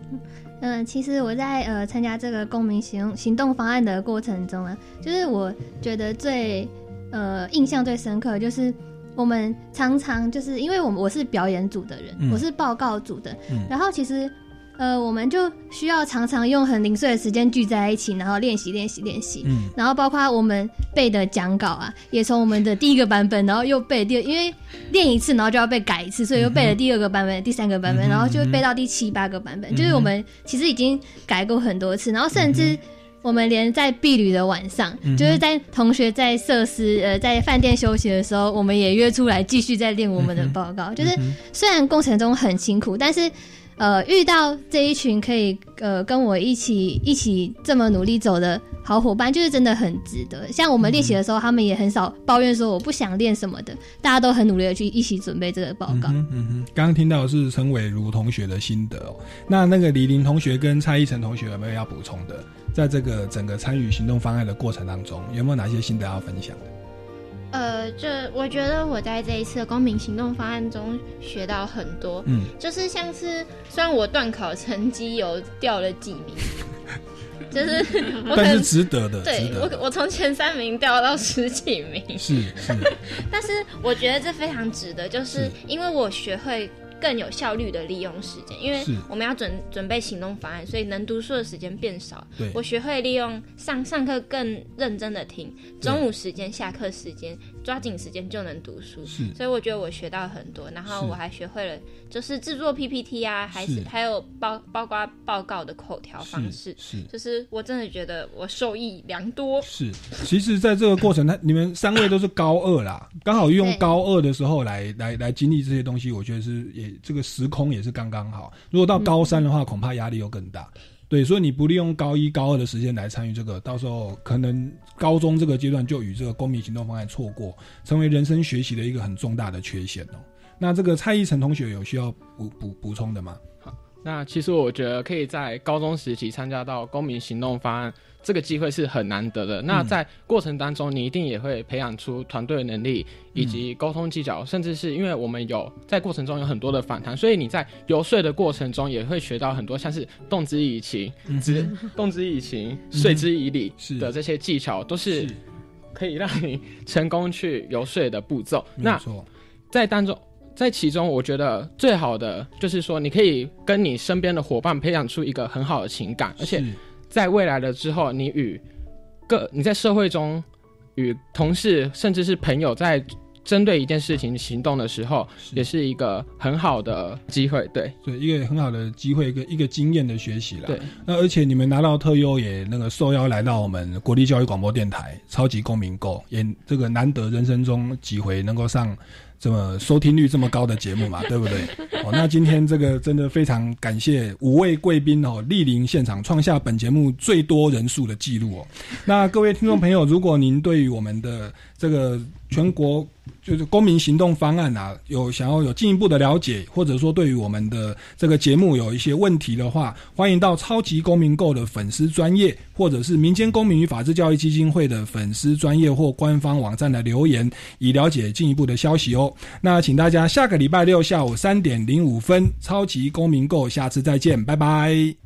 嗯、呃，其实我在呃参加这个公民行动行动方案的过程中啊，就是我觉得最呃印象最深刻，就是我们常常就是因为我我是表演组的人，嗯、我是报告组的，嗯、然后其实呃我们就需要常常用很零碎的时间聚在一起，然后练习练习练习，嗯，然后包括我们背的讲稿啊，也从我们的第一个版本，然后又背第二，因为练一次然后就要被改一次，所以又背了第二个版本、嗯、第三个版本，然后就背到第七八个版本，嗯、就是我们其实已经改过很多次，然后甚至我们连在毕旅的晚上，嗯、就是在同学在设施呃在饭店休息的时候，我们也约出来继续在练我们的报告，嗯、就是虽然过程中很辛苦，但是呃遇到这一群可以呃跟我一起一起这么努力走的好伙伴，就是真的很值得。像我们练习的时候，嗯、他们也很少抱怨说我不想练什么的，大家都很努力的去一起准备这个报告。 嗯嗯哼，刚刚听到的是陈伟如同学的心得哦。那那个李玲同学跟蔡依晨同学有没有要补充的？在这个整个参与行动方案的过程当中，有没有哪些心得要分享的？ 呃，就我觉得我在这一次的公民行动方案中学到很多，嗯，就是像是虽然我段考成绩有掉了几名，就是我可能但是值得的， 对， 值得的我我从前三名掉到十几名， 是是， 但是我觉得这非常值得，就是因为我学会更有效率的利用时间，因为我们要准准备行动方案，所以能读书的时间变少。我学会利用上上课更认真的听，中午时间、下课时间抓紧时间就能读书。所以我觉得我学到很多，然后我还学会了就是制作 P P T 啊，还是还有包包括报告的口条方式。是，就是我真的觉得我受益良多。 是，其实在这个过程，你们三位都是高二啦，刚好用高二的时候来来来经历这些东西，我觉得是也。这个时空也是刚刚好，如果到高三的话，嗯、恐怕压力又更大。对，所以你不利用高一、高二的时间来参与这个，到时候可能高中这个阶段就与这个公民行动方案错过，成为人生学习的一个很重大的缺陷哦。那这个蔡依晨同学有需要补补补充的吗？ 好，那其实我觉得可以在高中时期参加到公民行动方案。这个机会是很难得的。那在过程当中，你一定也会培养出团队能力以及沟通技巧，嗯、甚至是因为我们有在过程中有很多的访谈，所以你在游说的过程中也会学到很多像是动之以情、嗯、动之以情、说之以理的这些技巧，都是可以让你成功去游说的步骤。那在当中。在其中我觉得最好的就是说你可以跟你身边的伙伴培养出一个很好的情感，而且在未来的之后你与各你在社会中与同事甚至是朋友在针对一件事情行动的时候，也是一个很好的机会。对对，一个很好的机会，一个一个经验的学习啦。 对， 那而且你们拿到特优，也那个受邀来到我们国立教育广播电台超级公民购，也这个难得人生中几回能够上这么收听率这么高的节目嘛，对不对？哦，那今天这个真的非常感谢五位贵宾哦莅临现场，创下本节目最多人数的记录哦。那各位听众朋友，如果您对于我们的这个全国就是公民行动方案啊，有想要有进一步的了解，或者说对于我们的这个节目有一些问题的话，欢迎到超级公民购的粉丝专页，或者是民间公民与法治教育基金会的粉丝专页或官方网站的留言，以了解进一步的消息哦。那请大家下个礼拜六下午三点零五分，超级公民购，下次再见，拜拜。